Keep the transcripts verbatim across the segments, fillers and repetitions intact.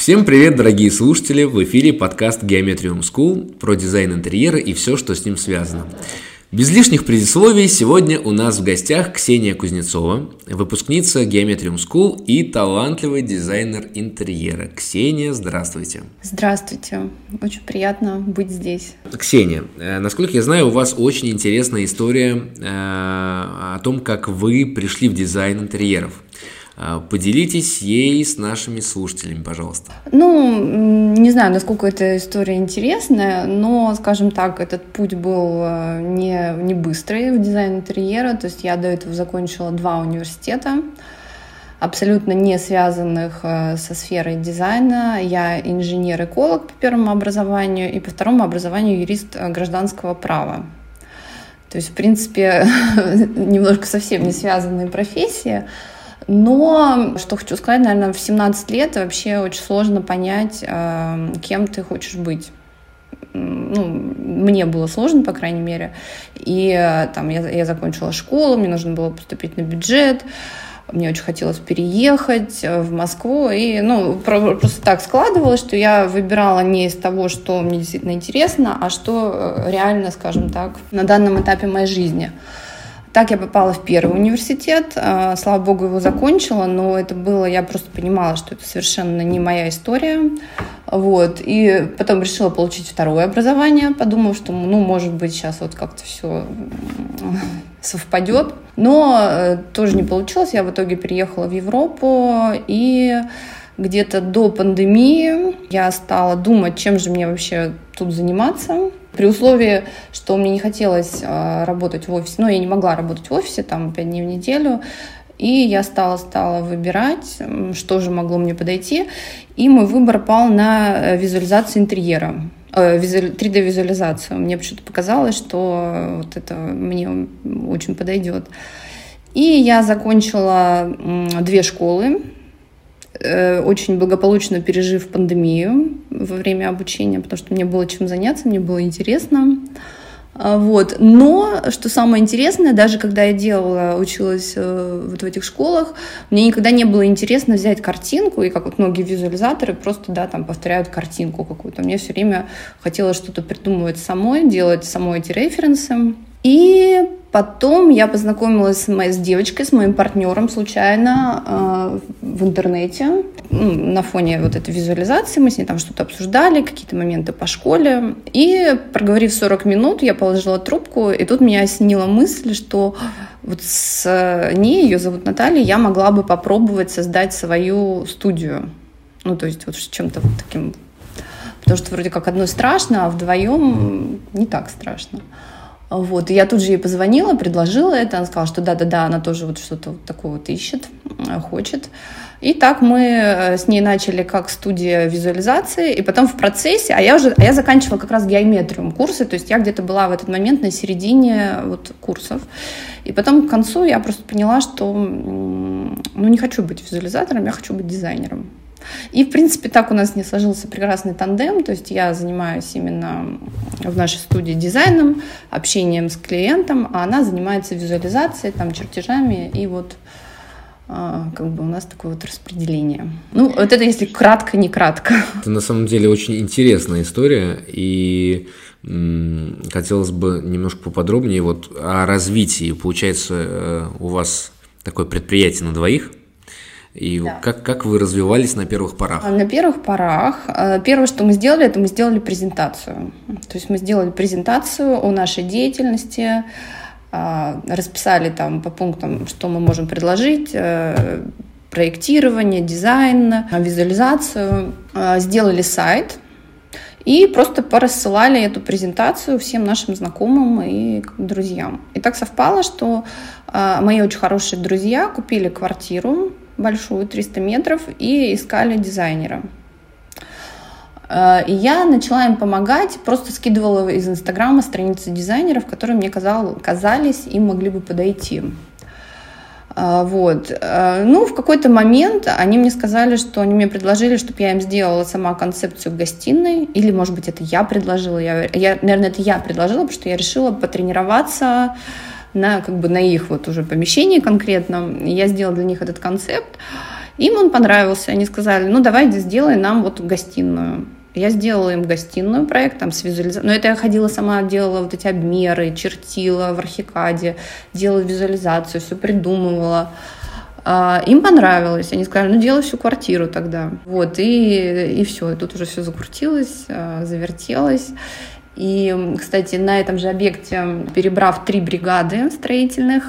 Всем привет, дорогие слушатели! В эфире подкаст Geometrium School про дизайн интерьера и все, что с ним связано. Без лишних предисловий, сегодня у нас в гостях Ксения Кузнецова, выпускница Geometrium School и талантливый дизайнер интерьера. Ксения, здравствуйте. Здравствуйте, очень приятно быть здесь. Ксения, насколько я знаю, у вас очень интересная история о том, как вы пришли в дизайн интерьеров. Поделитесь ей с нашими слушателями, пожалуйста. Ну, не знаю, насколько эта история интересная, но, скажем так, этот путь был не, не быстрый в дизайн интерьера. То есть я до этого закончила два университета, абсолютно не связанных со сферой дизайна. Я инженер-эколог по первому образованию и по второму образованию юрист гражданского права. То есть, в принципе, немножко совсем не связанные профессии. Но, что хочу сказать, наверное, в семнадцать лет вообще очень сложно понять, кем ты хочешь быть. Ну, мне было сложно, по крайней мере. И там я, я закончила школу, мне нужно было поступить на бюджет, мне очень хотелось переехать в Москву. И, ну, просто так складывалось, что я выбирала не из того, что мне действительно интересно, а что реально, скажем так, на данном этапе моей жизни. Так я попала в первый университет, слава богу, его закончила, но это было, я просто понимала, что это совершенно не моя история, вот, и потом решила получить второе образование, подумав, что, ну, может быть, сейчас вот как-то все совпадет, но тоже не получилось, я в итоге переехала в Европу, и где-то до пандемии я стала думать, чем же мне вообще тут заниматься. При условии, что мне не хотелось работать в офисе, ну, я не могла работать в офисе, там, пять дней в неделю, и я стала, стала выбирать, что же могло мне подойти, и мой выбор пал на визуализацию интерьера, три дэ-визуализацию. Мне почему-то показалось, что вот это мне очень подойдет. И я закончила две школы, очень благополучно пережив пандемию во время обучения, потому что мне было чем заняться, мне было интересно. Вот. Но, что самое интересное, даже когда я делала, училась вот в этих школах, мне никогда не было интересно взять картинку, и как вот многие визуализаторы просто, да, там повторяют картинку какую-то. Мне все время хотелось что-то придумывать самой, делать самой эти референсы. И потом я познакомилась с, моей, с девочкой, с моим партнером случайно э, в интернете. Ну, на фоне вот этой визуализации мы с ней там что-то обсуждали, какие-то моменты по школе. И, проговорив сорок минут, я положила трубку, и тут меня осенила мысль, что вот с ней, ее зовут Наталья, я могла бы попробовать создать свою студию. Ну, то есть вот чем-то вот таким. Потому что вроде как одной страшно, а вдвоем не так страшно. Вот, и я тут же ей позвонила, предложила это, она сказала, что да-да-да, она тоже вот что-то вот такое вот ищет, хочет. И так мы с ней начали как студия визуализации, и потом в процессе, а я уже, а я заканчивала как раз геометриум курсы, то есть я где-то была в этот момент на середине вот курсов. И потом к концу я просто поняла, что ну, не хочу быть визуализатором, я хочу быть дизайнером. И, в принципе, так у нас не сложился прекрасный тандем, то есть я занимаюсь именно в нашей студии дизайном, общением с клиентом, а она занимается визуализацией, там, чертежами, и вот а, как бы у нас такое вот распределение. Ну, вот это если кратко, не кратко. Это на самом деле очень интересная история, и м- хотелось бы немножко поподробнее вот о развитии. Получается, у вас такое предприятие на двоих. И да. как, как вы развивались на первых порах? На первых порах. Первое, что мы сделали, это мы сделали презентацию. То есть мы сделали презентацию о нашей деятельности, расписали там по пунктам, что мы можем предложить, проектирование, дизайн, визуализацию, сделали сайт и просто порассылали эту презентацию всем нашим знакомым и друзьям. И так совпало, что мои очень хорошие друзья купили квартиру большую, триста метров, и искали дизайнера. И я начала им помогать, просто скидывала из Инстаграма страницы дизайнеров, которые мне казались и могли бы подойти. Вот. Ну, в какой-то момент они мне сказали, что они мне предложили, чтобы я им сделала сама концепцию гостиной, или, может быть, это я предложила, я, я, наверное, это я предложила, потому что я решила потренироваться на, как бы, на их вот уже помещении конкретно. Я сделала для них этот концепт. Им он понравился, они сказали, ну давай сделай нам вот гостиную. Я сделала им гостиную проект там с визуализацией. Но это я ходила сама, делала вот эти обмеры, чертила в архикаде, делала визуализацию, все придумывала. Им понравилось. Они сказали, ну делай всю квартиру тогда. Вот, и, и все. И тут уже все закрутилось, завертелось. И, кстати, на этом же объекте, перебрав три бригады строительных,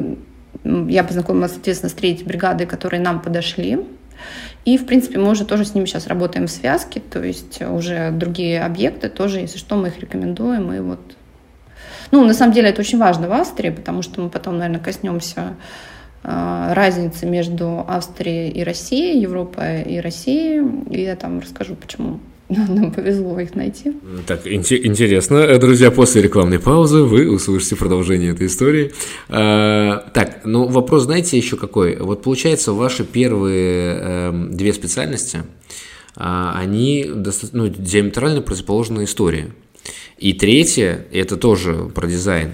я познакомилась, соответственно, с третьей бригадой, которые нам подошли. И, в принципе, мы уже тоже с ними сейчас работаем в связке, то есть уже другие объекты тоже, если что, мы их рекомендуем. И вот... Ну, на самом деле, это очень важно в Австрии, потому что мы потом, наверное, коснемся э, разницы между Австрией и Россией, Европой и Россией, и я там расскажу, почему нам повезло их найти. Так, интересно. Друзья, после рекламной паузы вы услышите продолжение этой истории. А, так, ну вопрос, знаете, еще какой? Вот получается, ваши первые э, две специальности, э, они достаточно, ну, диаметрально противоположные истории. И третья, это тоже про дизайн.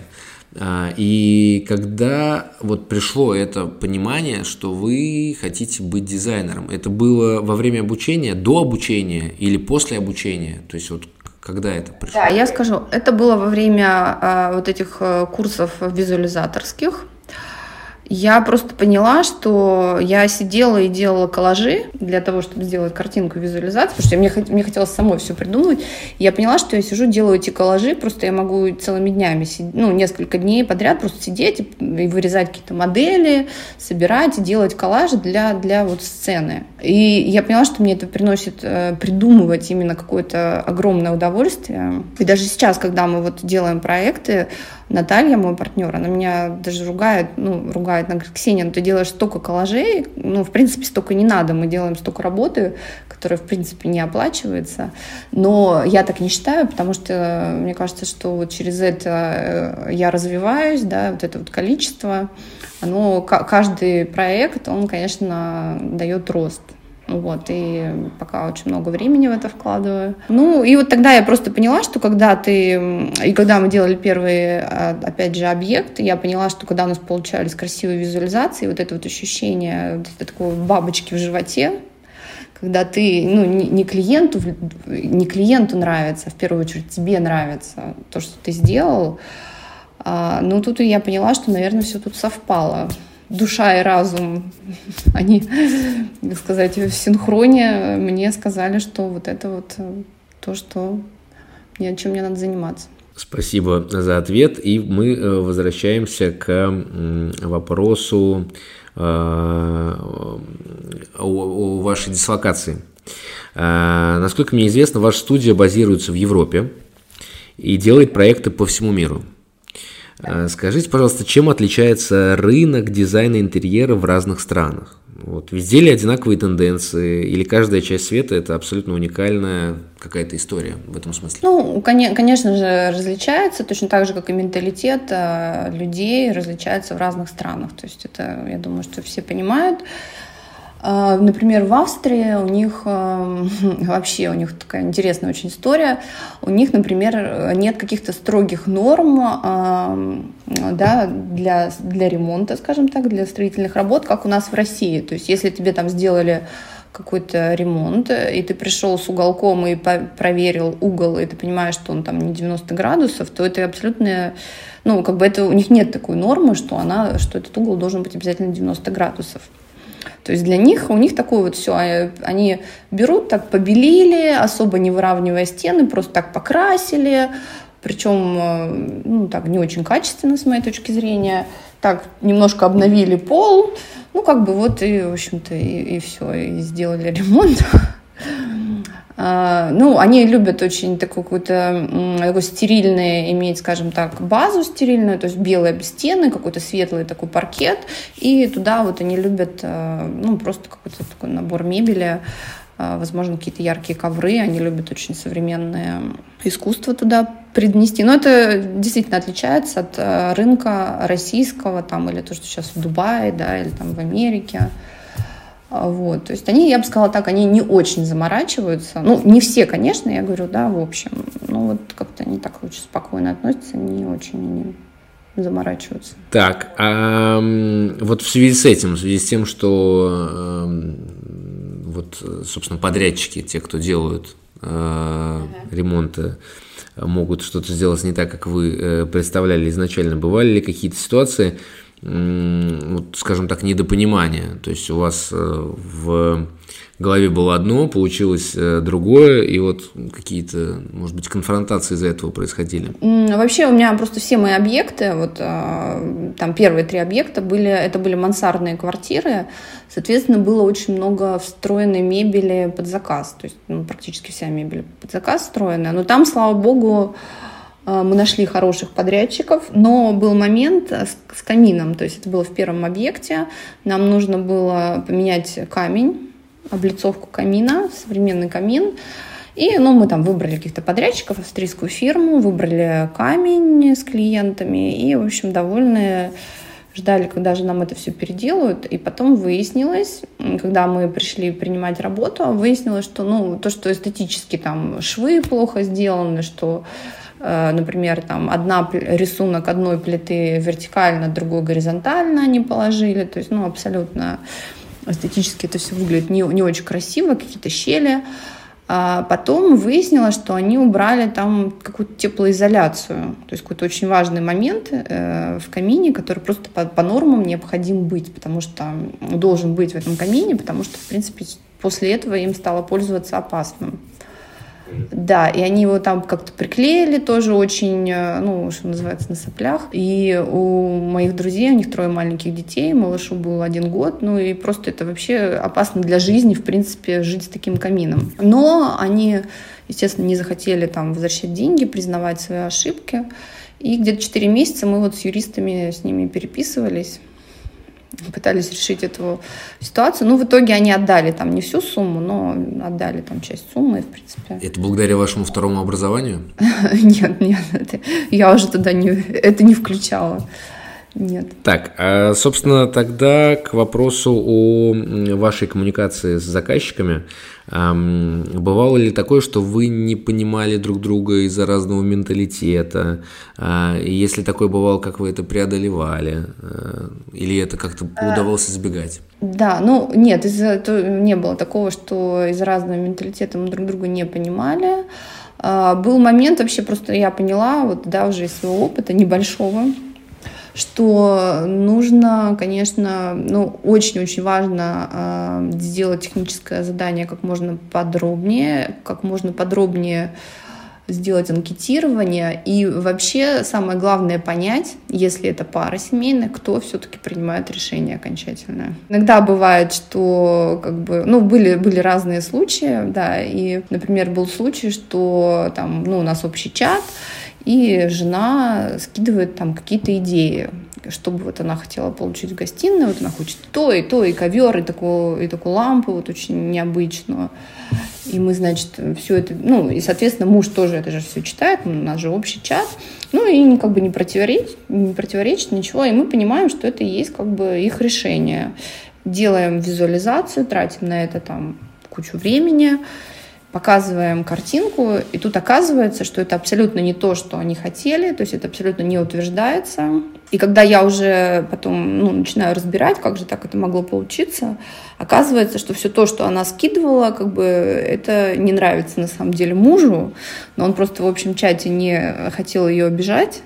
И когда вот пришло это понимание, что вы хотите быть дизайнером, это было во время обучения, до обучения или после обучения? То есть вот когда это пришло? Да, я скажу, это было во время а, вот этих курсов визуализаторских. Я просто поняла, что я сидела и делала коллажи для того, чтобы сделать картинку визуализации, потому что мне, мне хотелось самой все придумывать. И я поняла, что я сижу, делаю эти коллажи, просто я могу целыми днями, ну, несколько дней подряд просто сидеть и вырезать какие-то модели, собирать и делать коллажи для, для вот сцены. И я поняла, что мне это приносит придумывать именно какое-то огромное удовольствие. И даже сейчас, когда мы вот делаем проекты, Наталья, мой партнер, она меня даже ругает, ну, ругает, она говорит, Ксения, ну ты делаешь столько коллажей, ну, в принципе, столько не надо, мы делаем столько работы, которая, в принципе, не оплачивается, но я так не считаю, потому что мне кажется, что вот через это я развиваюсь, да, вот это вот количество, оно, каждый проект, он, конечно, дает рост. Вот, и пока очень много времени в это вкладываю. Ну, и вот тогда я просто поняла, что когда ты... И когда мы делали первые, опять же, объекты, я поняла, что когда у нас получались красивые визуализации, вот это вот ощущение вот такой бабочки в животе, когда ты, ну, не клиенту, не клиенту нравится, а в первую очередь тебе нравится то, что ты сделал, ну, тут я поняла, что, наверное, все тут совпало. Душа и разум, они, так сказать, в синхроне мне сказали, что вот это вот то, что мне, чем мне надо заниматься. Спасибо за ответ, и мы возвращаемся к вопросу о вашей дислокации. Насколько мне известно, ваша студия базируется в Европе и делает проекты по всему миру. Скажите, пожалуйста, чем отличается рынок дизайна интерьера в разных странах? Вот, везде ли одинаковые тенденции, или каждая часть света – это абсолютно уникальная какая-то история в этом смысле? Ну, конечно же, различается, точно так же, как и менталитет людей различается в разных странах. То есть это, я думаю, что все понимают. Например, в Австрии у них вообще у них такая интересная очень история. У них, например, нет каких-то строгих норм, да, для, для ремонта, скажем так, для строительных работ, как у нас в России. То есть если тебе там сделали какой-то ремонт, и ты пришел с уголком и проверил угол, и ты понимаешь, что он там не девяносто градусов, то это абсолютно, ну, как бы это у них нет такой нормы, что она, что этот угол должен быть обязательно девяносто градусов. То есть для них, у них такое вот все, они берут, так побелили, особо не выравнивая стены, просто так покрасили, причем, ну, так, не очень качественно, с моей точки зрения, так, немножко обновили пол, ну, как бы вот и, в общем-то, и, и все, и сделали ремонт. Ну, они любят очень такой какой-то такой стерильный, иметь, скажем так, базу стерильную, то есть белые стены, какой-то светлый такой паркет, и туда вот они любят, ну, просто какой-то такой набор мебели, возможно, какие-то яркие ковры, они любят очень современное искусство туда привнести. Но это действительно отличается от рынка российского, там, или то, что сейчас в Дубае, да, или там в Америке. Вот, то есть они, я бы сказала так, они не очень заморачиваются. Ну, не все, конечно, я говорю, да, в общем. Ну, вот как-то они так очень спокойно относятся, не очень не заморачиваются. Так, а вот в связи с этим, в связи с тем, что вот, собственно, подрядчики, те, кто делают э, uh-huh. ремонты, могут что-то сделать не так, как вы э, представляли изначально. Бывали ли какие-то ситуации, э, вот, скажем так, недопонимания? То есть у вас э, в голове было одно, получилось э, другое, и вот какие-то, может быть, конфронтации из-за этого происходили? Вообще у меня просто все мои объекты, вот э, там первые три объекта были, это были мансардные квартиры, соответственно, было очень много встроенной мебели под заказ, то есть ну, практически вся мебель под заказ встроенная, но там, слава богу, э, мы нашли хороших подрядчиков, но был момент с, с камином, то есть это было в первом объекте, нам нужно было поменять камень, облицовку камина, современный камин. И ну, мы там выбрали каких-то подрядчиков, австрийскую фирму, выбрали камень с клиентами и, в общем, довольны, ждали, когда же нам это все переделают. И потом выяснилось, когда мы пришли принимать работу, выяснилось, что ну, то, что эстетически там швы плохо сделаны, что, э, например, там одна, рисунок одной плиты вертикально, другой горизонтально они положили. То есть, ну, абсолютно эстетически это все выглядит не, не очень красиво, какие-то щели. А потом выяснилось, что они убрали там какую-то теплоизоляцию. То есть какой-то очень важный момент э, в камине, который просто по, по нормам необходим быть, потому что должен быть в этом камине, потому что, в принципе, после этого им стало пользоваться опасным. Да, и они его там как-то приклеили тоже очень, ну, что называется, на соплях. И у моих друзей, у них трое маленьких детей, малышу был один год, ну и просто это вообще опасно для жизни, в принципе, жить с таким камином. Но они, естественно, не захотели там возвращать деньги, признавать свои ошибки. И где-то четыре месяца мы вот с юристами с ними переписывались, пытались решить эту ситуацию. Ну, в итоге они отдали там не всю сумму, но отдали там часть суммы, в принципе. Это благодаря вашему второму образованию? Нет, нет, это, я уже туда не, это не включала. Нет. Так, а, собственно, тогда к вопросу о вашей коммуникации с заказчиками. Бывало ли такое, что вы не понимали друг друга из-за разного менталитета? И если такое бывало, как вы это преодолевали? Или это как-то удавалось избегать? Да, ну нет, из-за, не было такого, что из-за разного менталитета мы друг друга не понимали. Был момент, вообще просто я поняла, вот да, уже из своего опыта небольшого, что нужно, конечно, ну, очень-очень важно э, сделать техническое задание как можно подробнее, как можно подробнее сделать анкетирование и вообще самое главное понять, если это пара семейная, кто все-таки принимает решение окончательное. Иногда бывает, что как бы, ну, были, были разные случаи, да, и, например, был случай, что там, ну, у нас общий чат, и жена скидывает там какие-то идеи, чтобы вот она хотела получить в гостиной, вот она хочет то, и то, и ковер, и такую, и такую лампу вот очень необычную. И мы, значит, все это, ну, и, соответственно, муж тоже это же все читает, у нас же общий чат, ну, и как бы не противоречит, не противоречит ничего, и мы понимаем, что это и есть как бы их решение. Делаем визуализацию, тратим на это там кучу времени, показываем картинку, и тут оказывается, что это абсолютно не то, что они хотели, то есть это абсолютно не утверждается. И когда я уже потом ну, начинаю разбирать, как же так это могло получиться, оказывается, что все то, что она скидывала, как бы это не нравится на самом деле мужу, но он просто в общем чате не хотел ее обижать.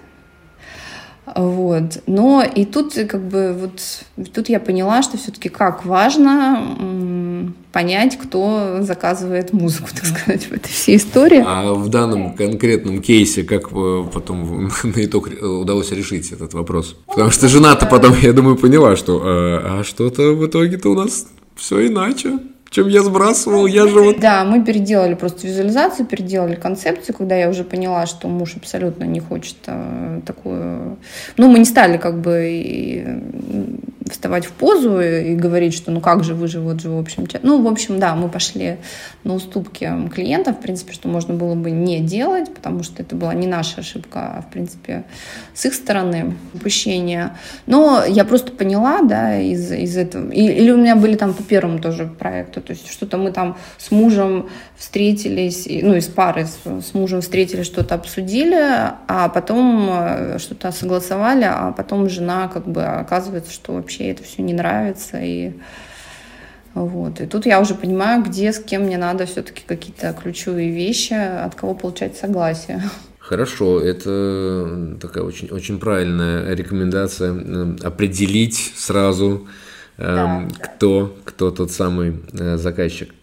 Вот. Но и тут как бы вот тут я поняла, что все-таки как важно м- понять, кто заказывает музыку, так сказать, в этой всей истории. А в данном конкретном кейсе как потом на итог удалось решить этот вопрос? Потому что жена-то потом, я думаю, поняла, что а, а что-то в итоге-то у нас все иначе, чем я сбрасывал, я же вот... Да, мы переделали просто визуализацию, переделали концепцию, когда я уже поняла, что муж абсолютно не хочет э, такую... Ну, мы не стали как бы и вставать в позу и, и говорить, что ну как же вы же вот же в общем... Ну, в общем, да, мы пошли на уступки клиентам, в принципе, что можно было бы не делать, потому что это была не наша ошибка, а, в принципе, с их стороны упущение. Но я просто поняла, да, из, из этого... И, или у меня были там по первому тоже проекту, то есть что-то мы там с мужем встретились, ну, из пары с, с мужем встретились, что-то обсудили, а потом что-то согласовали, а потом жена как бы оказывается, что вообще это все не нравится, и Вот. И тут я уже понимаю, где, с кем мне надо все-таки какие-то ключевые вещи, от кого получать согласие. Хорошо, это такая очень, очень правильная рекомендация, определить сразу, да, кто, кто тот самый заказчик.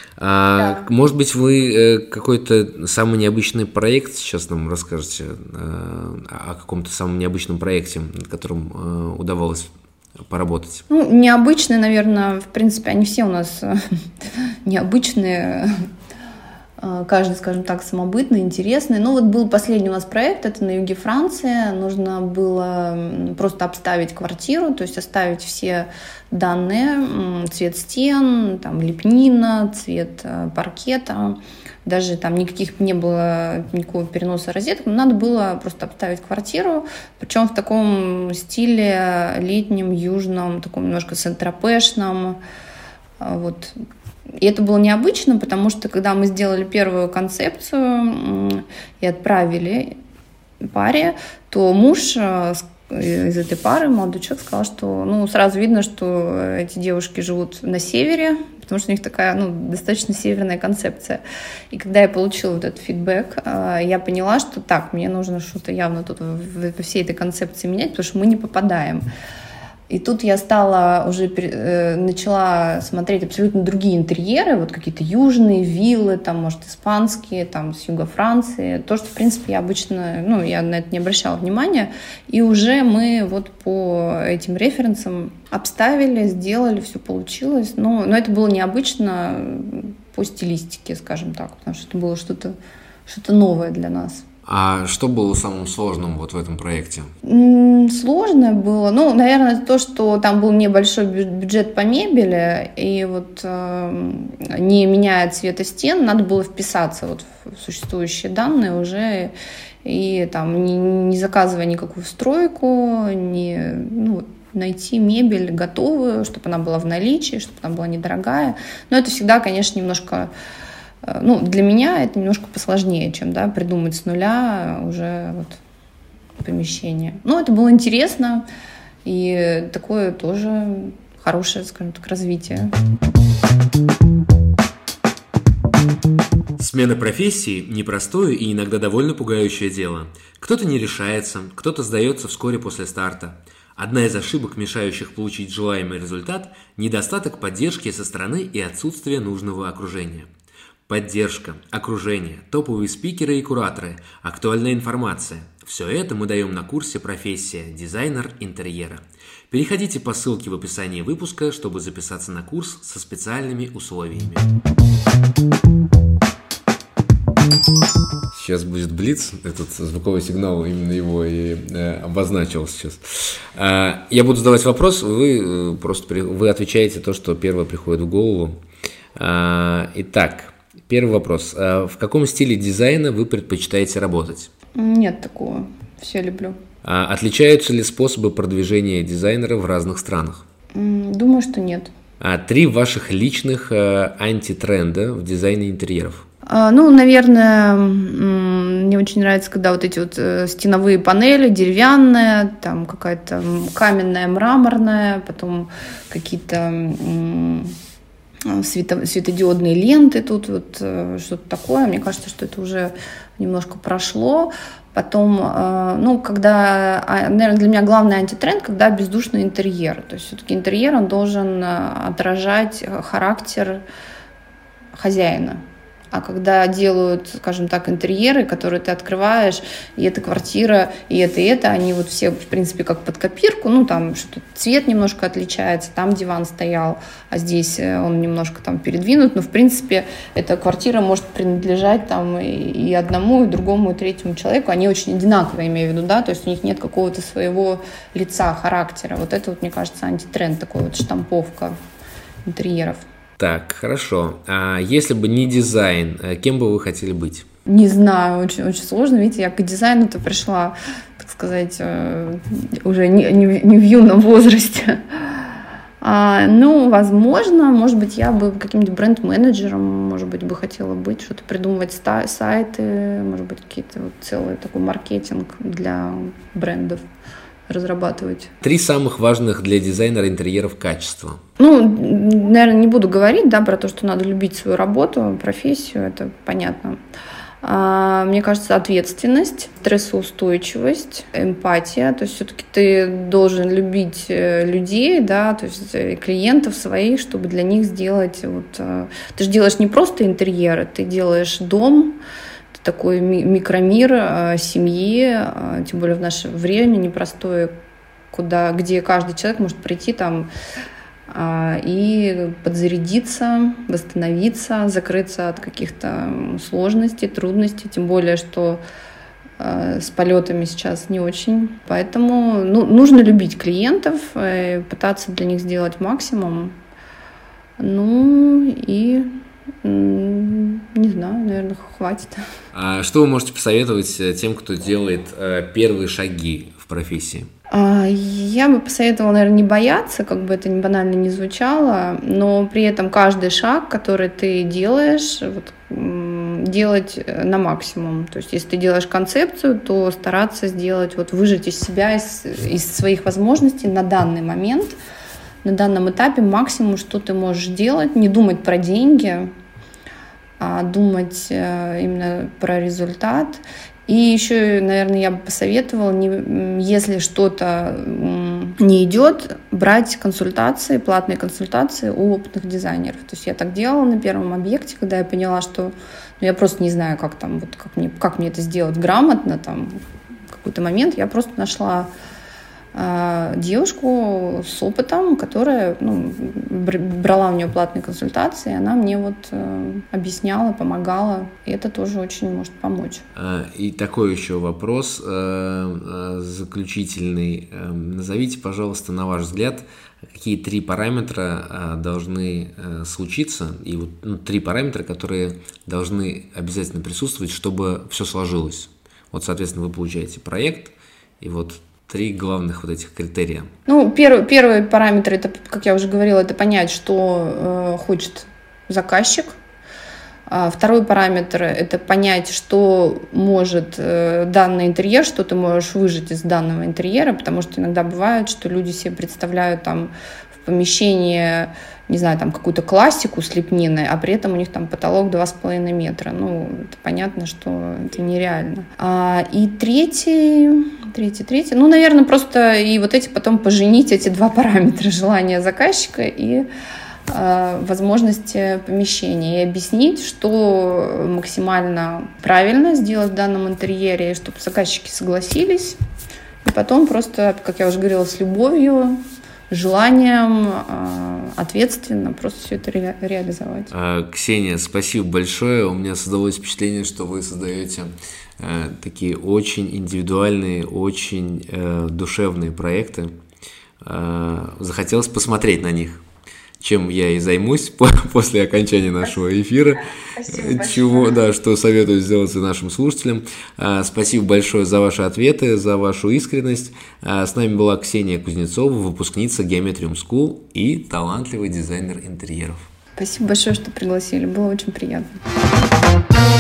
А, да. Может быть, вы какой-то самый необычный проект сейчас нам расскажете, о каком-то самом необычном проекте, над которым удавалось поработать? Ну, необычные, наверное, в принципе, они все у нас необычные, каждый, скажем так, самобытный, интересный. Ну, вот был последний у нас проект, это на юге Франции, нужно было просто обставить квартиру, то есть оставить все данные, цвет стен, там, лепнина, цвет паркета, даже там никаких не было никакого переноса розеток, но надо было просто обставить квартиру, причем в таком стиле летнем, южном, таком немножко сент-тропешном, вот. И это было необычно, потому что когда мы сделали первую концепцию и отправили паре, то муж из этой пары, молодой человек, сказал, что ну, сразу видно, что эти девушки живут на севере, потому что у них такая ну, достаточно северная концепция. И когда я получила вот этот фидбэк, я поняла, что так, мне нужно что-то явно тут во всей этой концепции менять, потому что мы не попадаем. И тут я стала уже, э, начала смотреть абсолютно другие интерьеры, вот какие-то южные виллы, там, может, испанские, там, с юга Франции. То, что, в принципе, я обычно, ну, я на это не обращала внимания. И уже мы вот по этим референсам обставили, сделали, все получилось. Но, но это было необычно по стилистике, скажем так, потому что это было что-то, что-то новое для нас. А что было самым сложным вот в этом проекте? Сложное было, ну, наверное, то, что там был небольшой бюджет по мебели, и вот э, не меняя цвета стен, надо было вписаться вот в существующие данные уже, и там не, не заказывая никакую стройку, не, ну, найти мебель готовую, чтобы она была в наличии, чтобы она была недорогая. Но это всегда, конечно, немножко... Ну, для меня это немножко посложнее, чем да, придумать с нуля уже вот помещение. Но это было интересно, и такое тоже хорошее, скажем так, развитие. Смена профессии – непростое и иногда довольно пугающее дело. Кто-то не решается, кто-то сдается вскоре после старта. Одна из ошибок, мешающих получить желаемый результат – недостаток поддержки со стороны и отсутствие нужного окружения. Поддержка, окружение, топовые спикеры и кураторы, актуальная информация – все это мы даем на курсе «Профессия. Дизайнер интерьера». Переходите по ссылке в описании выпуска, чтобы записаться на курс со специальными условиями. Сейчас будет блиц, этот звуковой сигнал, именно его и э, обозначил сейчас. Э, я буду задавать вопрос, вы э, просто вы отвечаете то, что первое приходит в голову. Э, итак. Первый вопрос. В каком стиле дизайна вы предпочитаете работать? Нет такого. Все люблю. Отличаются ли способы продвижения дизайнера в разных странах? Думаю, что нет. Три ваших личных антитренда в дизайне интерьеров? Ну, наверное, мне очень нравится, когда вот эти вот стеновые панели, деревянная, там какая-то каменная, мраморная, потом какие-то... Свето, светодиодные ленты, тут вот что-то такое. Мне кажется, что это уже немножко прошло. Потом, ну, когда, наверное, для меня главный антитренд, когда бездушный интерьер. То есть все-таки интерьер, он должен отражать характер хозяина. А когда делают, скажем так, интерьеры, которые ты открываешь, и эта квартира, и это, и это, они вот все, в принципе, как под копирку, ну, там что-то цвет немножко отличается, там диван стоял, а здесь он немножко там передвинут, но, в принципе, эта квартира может принадлежать там и одному, и другому, и третьему человеку, они очень одинаковые, имею в виду, да, то есть у них нет какого-то своего лица, характера. Вот это вот, мне кажется, антитренд, такой вот штамповка интерьеров. Так, хорошо. А если бы не дизайн, кем бы вы хотели быть? Не знаю, очень, очень сложно. Видите, я к дизайну-то пришла, так сказать, уже не, не, не в юном возрасте. А, ну, возможно, может быть, я бы каким-нибудь бренд-менеджером, может быть, бы хотела быть, что-то придумывать сайты, может быть, какие-то вот целый такой маркетинг для брендов разрабатывать. Три самых важных для дизайнера интерьеров качества. Ну, наверное, не буду говорить, да, про то, что надо любить свою работу, профессию, это понятно. А, мне кажется, ответственность, стрессоустойчивость, эмпатия. То есть все-таки ты должен любить людей, да, то есть клиентов своих, чтобы для них сделать... Вот, ты же делаешь не просто интерьеры, ты делаешь дом, такой микромир семьи, тем более в наше время непростое, куда, где каждый человек может прийти там и подзарядиться, восстановиться, закрыться от каких-то сложностей, трудностей, тем более, что с полетами сейчас не очень. Поэтому ну, нужно любить клиентов, пытаться для них сделать максимум. Ну и не знаю, наверное, хватит. А что вы можете посоветовать тем, кто делает первые шаги в профессии? Я бы посоветовала, наверное, не бояться, как бы это ни банально не звучало, но при этом каждый шаг, который ты делаешь, вот, делать на максимум. То есть, если ты делаешь концепцию, то стараться сделать, вот, выжать из себя, из, из своих возможностей на данный момент, на данном этапе максимум, что ты можешь делать, не думать про деньги, а думать именно про результат. И еще, наверное, я бы посоветовала, не, если что-то не идет, брать консультации, платные консультации у опытных дизайнеров. То есть я так делала на первом объекте, когда я поняла, что ну, я просто не знаю, как, там, вот, как, мне, как мне это сделать грамотно. Там, в какой-то момент я просто нашла э, девушку с опытом, которая ну, брала у нее платные консультации, и она мне вот э, объясняла, помогала, и это тоже очень может помочь. И такой еще вопрос э, заключительный. Назовите, пожалуйста, на ваш взгляд, какие три параметра должны случиться, и вот ну, три параметра, которые должны обязательно присутствовать, чтобы все сложилось. Вот, соответственно, вы получаете проект, и вот три главных вот этих критерия. Ну, первый, первый параметр, это, как я уже говорила, это понять, что э, хочет заказчик. А второй параметр – это понять, что может э, данный интерьер, что ты можешь выжать из данного интерьера, потому что иногда бывает, что люди себе представляют там в помещении, не знаю, там какую-то классику с лепниной, а при этом у них там потолок два с половиной метра. Ну, это понятно, что это нереально. А, и третий, третий, третий, ну, наверное, просто и вот эти потом поженить эти два параметра: желание заказчика и э, возможности помещения, и объяснить, что максимально правильно сделать в данном интерьере, чтобы заказчики согласились. И потом просто, как я уже говорила, с любовью, желанием, ответственно просто все это ре- реализовать. Ксения, спасибо большое. У меня создалось впечатление, что вы создаете э, такие очень индивидуальные, очень э, душевные проекты. Э, захотелось посмотреть на них, чем я и займусь после окончания нашего эфира. Спасибо Чего, да, что советую сделать и нашим слушателям. Спасибо большое за ваши ответы, за вашу искренность. С нами была Ксения Кузнецова, выпускница Geometrium School и талантливый дизайнер интерьеров. Спасибо большое, что пригласили. Было очень приятно.